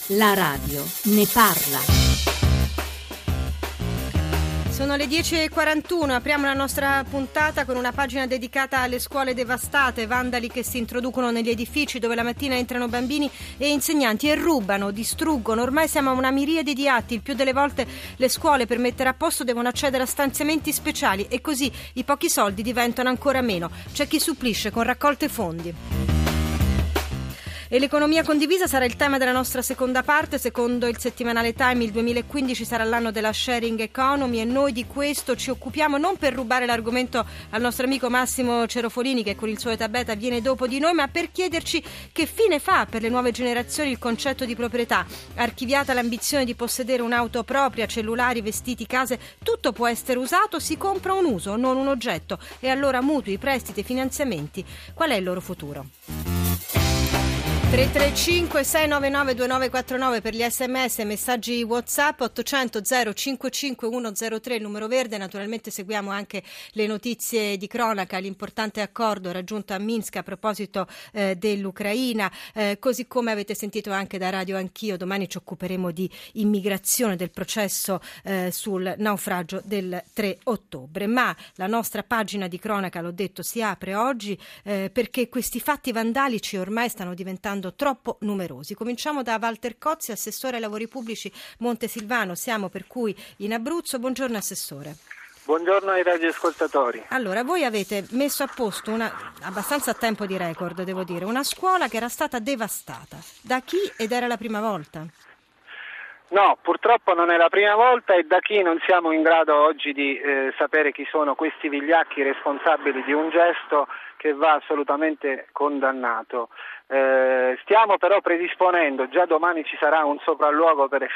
La radio ne parla. Sono le 10:41, apriamo la nostra puntata con una pagina dedicata alle scuole devastate, vandali che si introducono negli edifici dove la mattina entrano bambini e insegnanti e rubano, distruggono. Ormai siamo a una miriade di atti, il più delle volte le scuole per mettere a posto devono accedere a stanziamenti speciali e così i pochi soldi diventano ancora meno. C'è chi supplisce con raccolte fondi. E l'economia condivisa sarà il tema della nostra seconda parte. Secondo il settimanale Time il 2015 sarà l'anno della sharing economy e noi di questo ci occupiamo non per rubare l'argomento al nostro amico Massimo Cerofolini, che con il suo Eta Beta viene dopo di noi, ma per chiederci che fine fa per le nuove generazioni il concetto di proprietà. Archiviata l'ambizione di possedere un'auto propria, cellulari, vestiti, case, tutto può essere usato, si compra un uso, non un oggetto. E allora mutui, prestiti, finanziamenti, qual è il loro futuro? 335 699 2949 per gli sms e messaggi WhatsApp, 800 055 103 il numero verde. Naturalmente seguiamo anche le notizie di cronaca, l'importante accordo raggiunto a Minsk a proposito dell'Ucraina, così come avete sentito anche da Radio Anch'io. Domani ci occuperemo di immigrazione, del processo sul naufragio del 3 ottobre. Ma la nostra pagina di cronaca, l'ho detto, si apre oggi perché questi fatti vandalici ormai stanno diventando troppo numerosi. Cominciamo da Walter Cozzi, assessore ai lavori pubblici Montesilvano. Siamo per cui in Abruzzo. Buongiorno assessore. Buongiorno ai radioascoltatori. Allora, voi avete messo a posto abbastanza a tempo di record, devo dire, una scuola che era stata devastata. Da chi ed era la prima volta? No, purtroppo non è la prima volta e da chi non siamo in grado oggi di sapere chi sono questi vigliacchi responsabili di un gesto che va assolutamente condannato. Stiamo però predisponendo, già domani ci sarà un sopralluogo da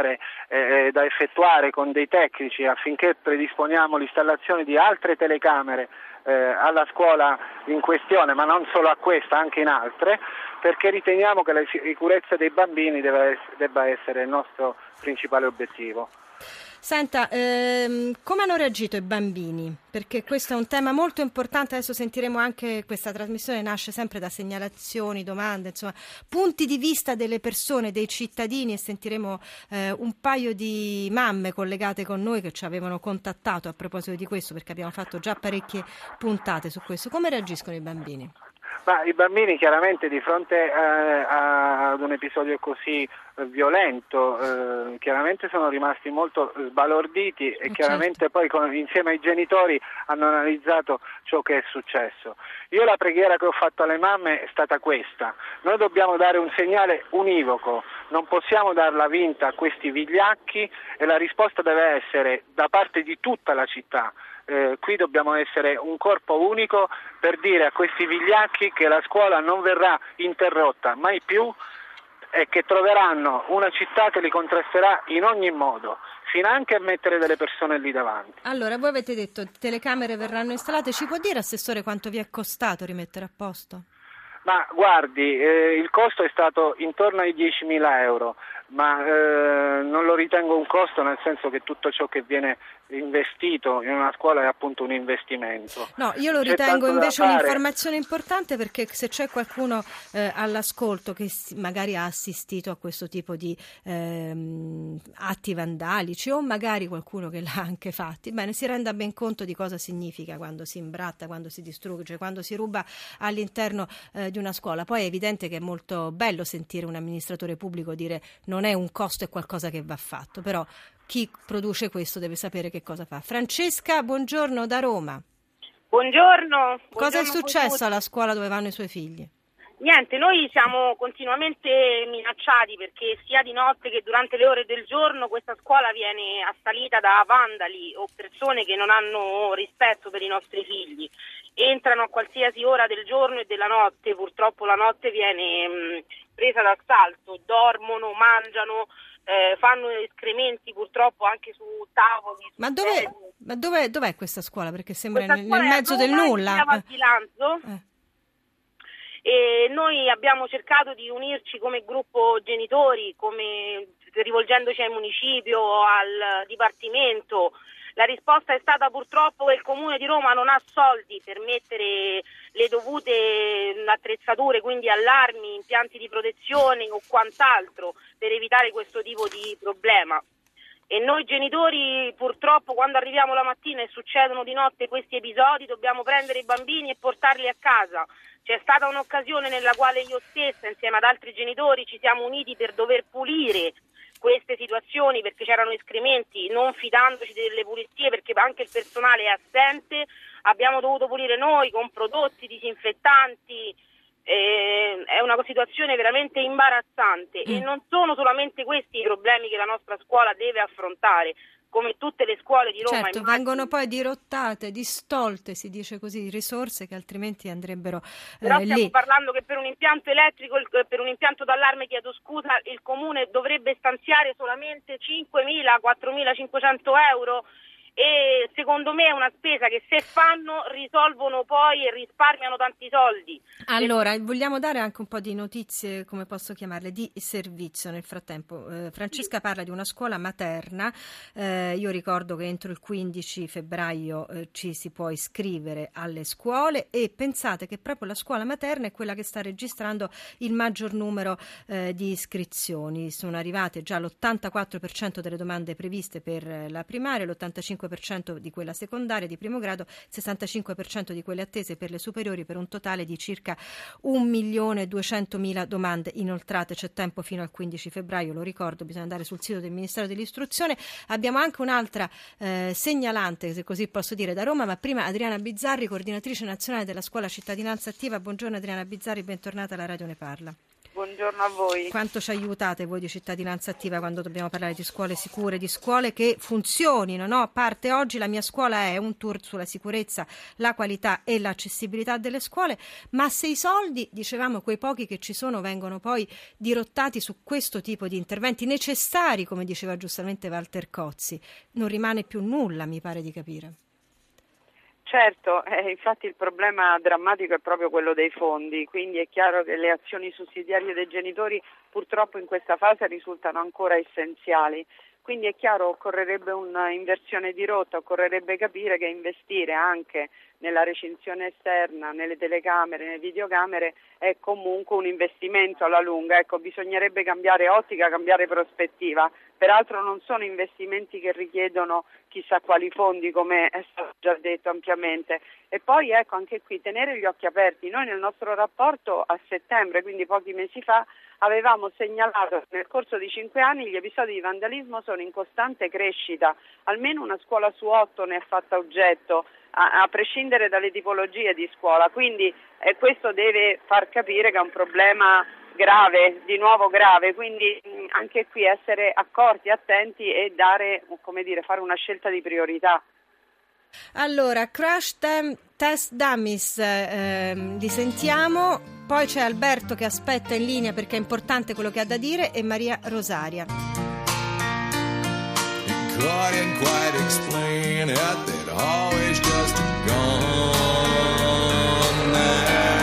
effettuare con dei tecnici affinché predisponiamo l'installazione di altre telecamere alla scuola in questione, ma non solo a questa, anche in altre, perché riteniamo che la sicurezza dei bambini debba essere il nostro principale obiettivo. Senta, come hanno reagito i bambini? Perché questo è un tema molto importante, adesso sentiremo anche, questa trasmissione nasce sempre da segnalazioni, domande, insomma, punti di vista delle persone, dei cittadini, e sentiremo un paio di mamme collegate con noi che ci avevano contattato a proposito di questo, perché abbiamo fatto già parecchie puntate su questo. Come reagiscono i bambini? Ma i bambini chiaramente di fronte ad un episodio così violento chiaramente sono rimasti molto sbalorditi e chiaramente poi insieme ai genitori hanno analizzato ciò che è successo. Io la preghiera che ho fatto alle mamme è stata questa: noi dobbiamo dare un segnale univoco, non possiamo darla vinta a questi vigliacchi e la risposta deve essere da parte di tutta la città. Qui dobbiamo essere un corpo unico per dire a questi vigliacchi che la scuola non verrà interrotta mai più e che troveranno una città che li contrasterà in ogni modo, finanche a mettere delle persone lì davanti. Allora, voi avete detto telecamere verranno installate, ci può dire, assessore, quanto vi è costato rimettere a posto? Ma guardi, il costo è stato intorno ai 10.000 euro, ma non lo ritengo un costo, nel senso che tutto ciò che viene investito in una scuola è appunto un investimento. No, io lo ritengo invece un'informazione importante, perché se c'è qualcuno all'ascolto che magari ha assistito a questo tipo di atti vandalici, o magari qualcuno che l'ha anche fatti, bene, si renda ben conto di cosa significa quando si imbratta, quando si distrugge, quando si ruba all'interno di una scuola. Poi è evidente che è molto bello sentire un amministratore pubblico dire non è un costo, è qualcosa che va fatto, però chi produce questo deve sapere che cosa fa. Francesca, buongiorno da Roma. Buongiorno. Cosa è successo alla scuola dove vanno i suoi figli? Niente, noi siamo continuamente minacciati perché sia di notte che durante le ore del giorno questa scuola viene assalita da vandali o persone che non hanno rispetto per i nostri figli. Entrano a qualsiasi ora del giorno e della notte, purtroppo la notte viene presa d'assalto, dormono, mangiano, fanno escrementi purtroppo anche su tavoli. Ma dov'è questa scuola? Perché sembra nel mezzo del Roma, nulla. E noi abbiamo cercato di unirci come gruppo genitori, rivolgendoci al municipio, al dipartimento, La risposta è stata purtroppo che il Comune di Roma non ha soldi per mettere le dovute attrezzature, quindi allarmi, impianti di protezione o quant'altro per evitare questo tipo di problema. E noi genitori purtroppo quando arriviamo la mattina e succedono di notte questi episodi dobbiamo prendere i bambini e portarli a casa. C'è stata un'occasione nella quale io stessa insieme ad altri genitori ci siamo uniti per dover pulire queste situazioni perché c'erano escrementi, non fidandoci delle pulizie perché anche il personale è assente, abbiamo dovuto pulire noi con prodotti disinfettanti. È una situazione veramente imbarazzante e non sono solamente questi i problemi che la nostra scuola deve affrontare, come tutte le scuole di Roma. Certo, vengono poi dirottate, distolte, si dice così, risorse che altrimenti andrebbero Però lì. stiamo parlando che per un impianto elettrico, per un impianto d'allarme, chiedo scusa, il Comune dovrebbe stanziare solamente 4.500 euro. E secondo me è una spesa che se fanno risolvono poi e risparmiano tanti soldi. Allora, vogliamo dare anche un po' di notizie, come posso chiamarle, di servizio nel frattempo. Francesca parla di una scuola materna, io ricordo che entro il 15 febbraio ci si può iscrivere alle scuole e pensate che proprio la scuola materna è quella che sta registrando il maggior numero di iscrizioni. Sono arrivate già l'84% delle domande previste per la primaria, l'85% di quella secondaria di primo grado, 65% di quelle attese per le superiori, per un totale di circa 1.200.000 domande inoltrate. C'è tempo fino al 15 febbraio, lo ricordo, bisogna andare sul sito del Ministero dell'Istruzione. Abbiamo anche un'altra segnalante, se così posso dire, da Roma, ma prima Adriana Bizzarri, coordinatrice nazionale della Scuola Cittadinanza Attiva. Buongiorno Adriana Bizzarri, bentornata alla Radio Ne Parla. Buongiorno a voi. Quanto ci aiutate voi di Cittadinanza Attiva quando dobbiamo parlare di scuole sicure, di scuole che funzionino, no? Parte oggi La mia scuola è un tour sulla sicurezza, la qualità e l'accessibilità delle scuole, ma se i soldi, dicevamo, quei pochi che ci sono, vengono poi dirottati su questo tipo di interventi necessari, come diceva giustamente Walter Cozzi, non rimane più nulla, mi pare di capire. Certo, infatti il problema drammatico è proprio quello dei fondi, quindi è chiaro che le azioni sussidiarie dei genitori purtroppo in questa fase risultano ancora essenziali. Quindi è chiaro, occorrerebbe un'inversione di rotta, occorrerebbe capire che investire anche nella recinzione esterna, nelle telecamere, nelle videocamere è comunque un investimento alla lunga. Ecco, bisognerebbe cambiare ottica, cambiare prospettiva. Peraltro non sono investimenti che richiedono chissà quali fondi, come è stato già detto ampiamente. E poi ecco, anche qui tenere gli occhi aperti. Noi nel nostro rapporto a settembre, quindi pochi mesi fa, avevamo segnalato che nel corso di 5 anni gli episodi di vandalismo sono in costante crescita, almeno una scuola su 8 ne è fatta oggetto, a prescindere dalle tipologie di scuola, quindi questo deve far capire che è un problema grave, di nuovo grave, quindi anche qui essere accorti, attenti e dare, fare una scelta di priorità. Allora, Crash Test Dummies, li sentiamo, poi c'è Alberto che aspetta in linea perché è importante quello che ha da dire e Maria Rosaria. Couldn't quite explain it, they'd always just gone there.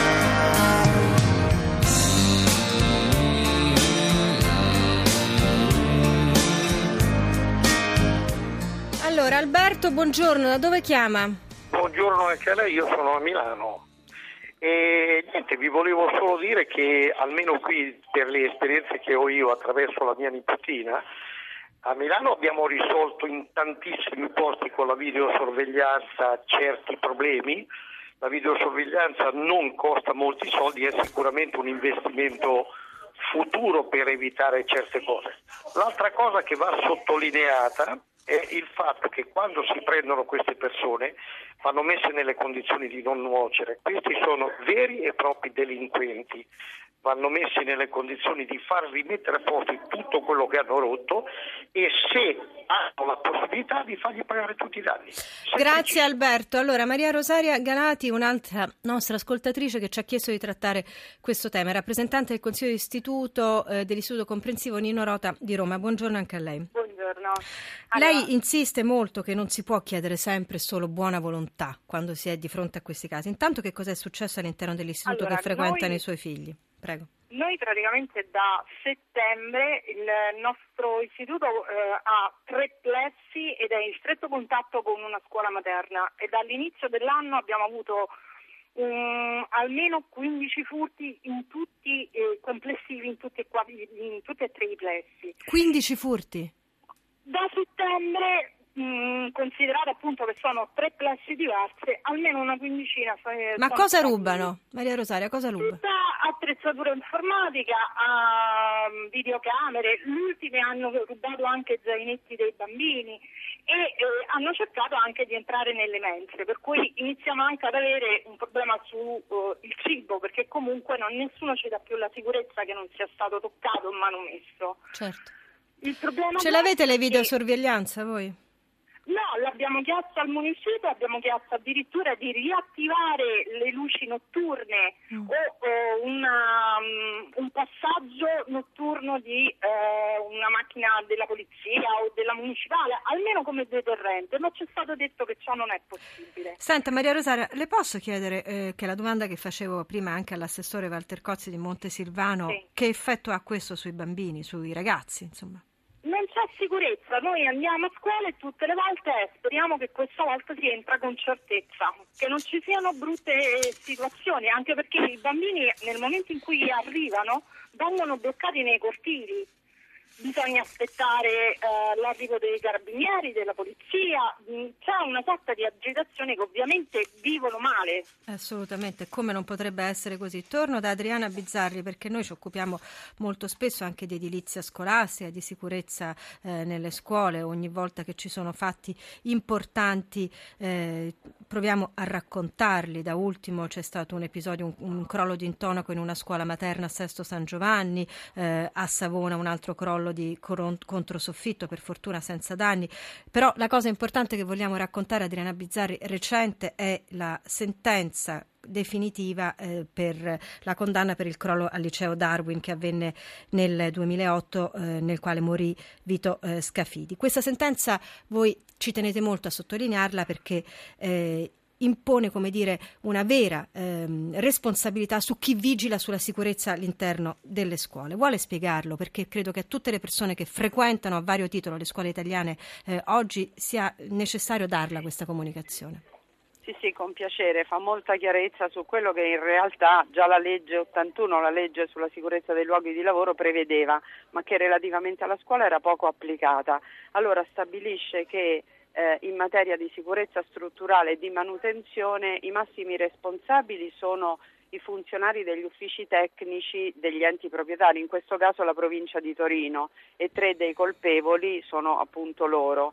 Allora, Alberto, buongiorno, da dove chiama? Buongiorno anche a lei, io sono a Milano e niente, vi volevo solo dire che almeno qui per le esperienze che ho io attraverso la mia nipotina, a Milano abbiamo risolto in tantissimi posti con la videosorveglianza certi problemi. La videosorveglianza non costa molti soldi, è sicuramente un investimento futuro per evitare certe cose. L'altra cosa che va sottolineata è il fatto che quando si prendono queste persone vanno messe nelle condizioni di non nuocere. Questi sono veri e propri delinquenti, vanno messi nelle condizioni di far rimettere a posto tutto quello che hanno rotto e se hanno la possibilità di fargli pagare tutti i danni. Grazie Alberto. Allora, Maria Rosaria Galati, un'altra nostra ascoltatrice che ci ha chiesto di trattare questo tema, rappresentante del Consiglio dell'Istituto dell'Istituto Comprensivo Nino Rota di Roma. Buongiorno anche a lei. Buongiorno. Lei insiste molto che non si può chiedere sempre solo buona volontà quando si è di fronte a questi casi. Intanto, che cosa è successo all'interno dell'istituto che frequentano i suoi figli? Prego. Noi praticamente da settembre il nostro istituto ha 3 plessi ed è in stretto contatto con una scuola materna e dall'inizio dell'anno abbiamo avuto almeno 15 furti in tutti complessivi in tutti e 3 i plessi. 15 furti? Da settembre, considerato appunto che sono 3 plessi diverse, almeno una quindicina. Ma cosa rubano? Maria Rosaria, cosa ruba? Tutta attrezzatura informatica, videocamere, l'ultime hanno rubato anche zainetti dei bambini e hanno cercato anche di entrare nelle mense, per cui iniziamo anche ad avere un problema su il cibo, perché comunque nessuno ci dà più la sicurezza che non sia stato toccato o manomesso. Certo. Il problema Ce l'avete le videosorveglianza voi? No, l'abbiamo chiesto al municipio, abbiamo chiesto addirittura di riattivare le luci notturne o un passaggio notturno di una macchina della polizia o della municipale, almeno come deterrente, ma ci è stato detto che ciò non è possibile. Senta Maria Rosaria, le posso chiedere, che è la domanda che facevo prima anche all'assessore Walter Cozzi di Montesilvano, sì. Che effetto ha questo sui bambini, sui ragazzi, insomma? Non c'è sicurezza, noi andiamo a scuola e tutte le volte speriamo che questa volta si entra con certezza, che non ci siano brutte situazioni, anche perché i bambini nel momento in cui arrivano vengono bloccati nei cortili. Bisogna aspettare l'arrivo dei carabinieri, della polizia, c'è una sorta di agitazione che ovviamente vivono male. Assolutamente, come non potrebbe essere così. Torno da Adriana Bizzarri perché noi ci occupiamo molto spesso anche di edilizia scolastica, di sicurezza nelle scuole, ogni volta che ci sono fatti importanti proviamo a raccontarli. Da ultimo c'è stato un episodio, un crollo di intonaco in una scuola materna a Sesto San Giovanni, a Savona un altro crollo di controsoffitto, per fortuna senza danni. Però la cosa importante che vogliamo raccontare, Adriana Bizzarri, recente, è la sentenza definitiva per la condanna per il crollo al liceo Darwin che avvenne nel 2008, nel quale morì Vito Scafidi. Questa sentenza voi ci tenete molto a sottolinearla perché impone, come dire, una vera responsabilità su chi vigila sulla sicurezza all'interno delle scuole. Vuole spiegarlo? Perché credo che a tutte le persone che frequentano a vario titolo le scuole italiane oggi sia necessario darla questa comunicazione. Sì, con piacere, fa molta chiarezza su quello che in realtà già la legge 81, la legge sulla sicurezza dei luoghi di lavoro, prevedeva, ma che relativamente alla scuola era poco applicata. Allora stabilisce che in materia di sicurezza strutturale e di manutenzione i massimi responsabili sono i funzionari degli uffici tecnici degli enti proprietari, in questo caso la provincia di Torino, e 3 dei colpevoli sono appunto loro,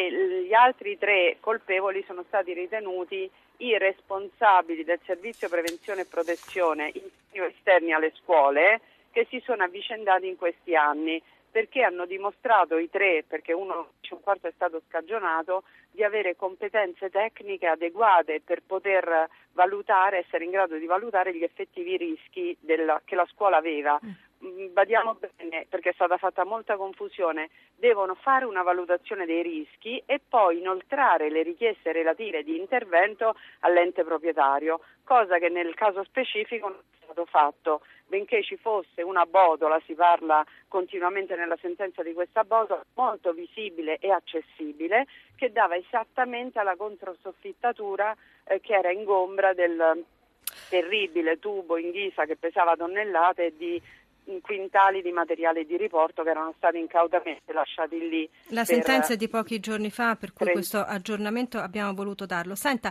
e gli altri 3 colpevoli sono stati ritenuti i responsabili del servizio prevenzione e protezione interni o esterni alle scuole che si sono avvicendati in questi anni, perché hanno dimostrato i 3, perché un quarto è stato scagionato, di avere competenze tecniche adeguate per poter valutare, essere in grado di valutare gli effettivi rischi che la scuola aveva. Badiamo bene, perché è stata fatta molta confusione, devono fare una valutazione dei rischi e poi inoltrare le richieste relative di intervento all'ente proprietario, cosa che nel caso specifico non è stato fatto. Benché ci fosse una botola, si parla continuamente nella sentenza di questa botola, molto visibile e accessibile, che dava esattamente alla controsoffittatura che era ingombra del terribile tubo in ghisa che pesava tonnellate e di quintali di materiale di riporto che erano stati incautamente lasciati lì. La sentenza è di pochi giorni fa, per cui questo aggiornamento abbiamo voluto darlo. Senta,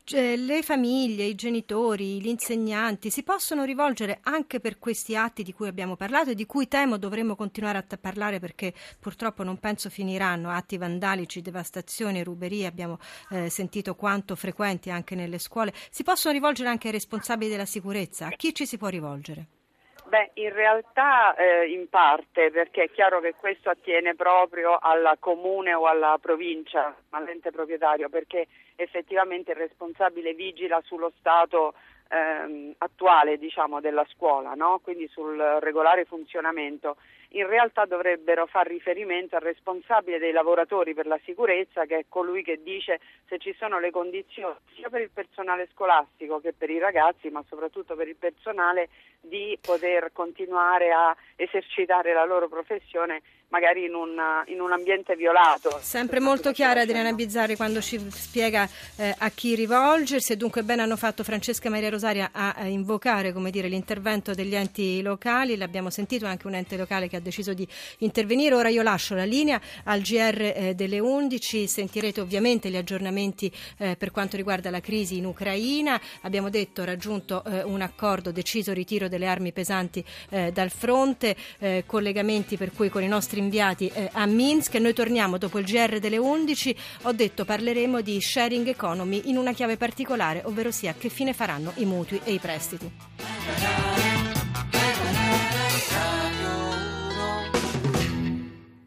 le famiglie, i genitori, gli insegnanti si possono rivolgere anche per questi atti di cui abbiamo parlato e di cui temo dovremmo continuare a parlare perché purtroppo non penso finiranno, atti vandalici, devastazioni, ruberie, abbiamo sentito quanto frequenti anche nelle scuole. Si possono rivolgere anche ai responsabili della sicurezza? A chi ci si può rivolgere? Beh, in realtà in parte, perché è chiaro che questo attiene proprio al comune o alla provincia, all'ente proprietario, perché effettivamente il responsabile vigila sullo stato attuale, diciamo, della scuola, no? Quindi sul regolare funzionamento, in realtà dovrebbero far riferimento al responsabile dei lavoratori per la sicurezza, che è colui che dice se ci sono le condizioni sia per il personale scolastico che per i ragazzi, ma soprattutto per il personale, di poter continuare a esercitare la loro professione magari in un ambiente violato. Sempre molto chiara Adriana Bizzarri quando ci spiega a chi rivolgersi, e dunque bene hanno fatto Francesca Maria Rosaria a invocare, come dire, l'intervento degli enti locali. L'abbiamo sentito, anche un ente locale che ha deciso di intervenire. Ora io lascio la linea al GR delle 11, sentirete ovviamente gli aggiornamenti per quanto riguarda la crisi in Ucraina. Abbiamo detto raggiunto un accordo, deciso ritiro delle armi pesanti dal fronte, collegamenti per cui con i nostri inviati a Minsk. Noi torniamo dopo il GR delle 11. Ho detto parleremo di sharing economy in una chiave particolare, ovvero sia che fine faranno i mutui e i prestiti.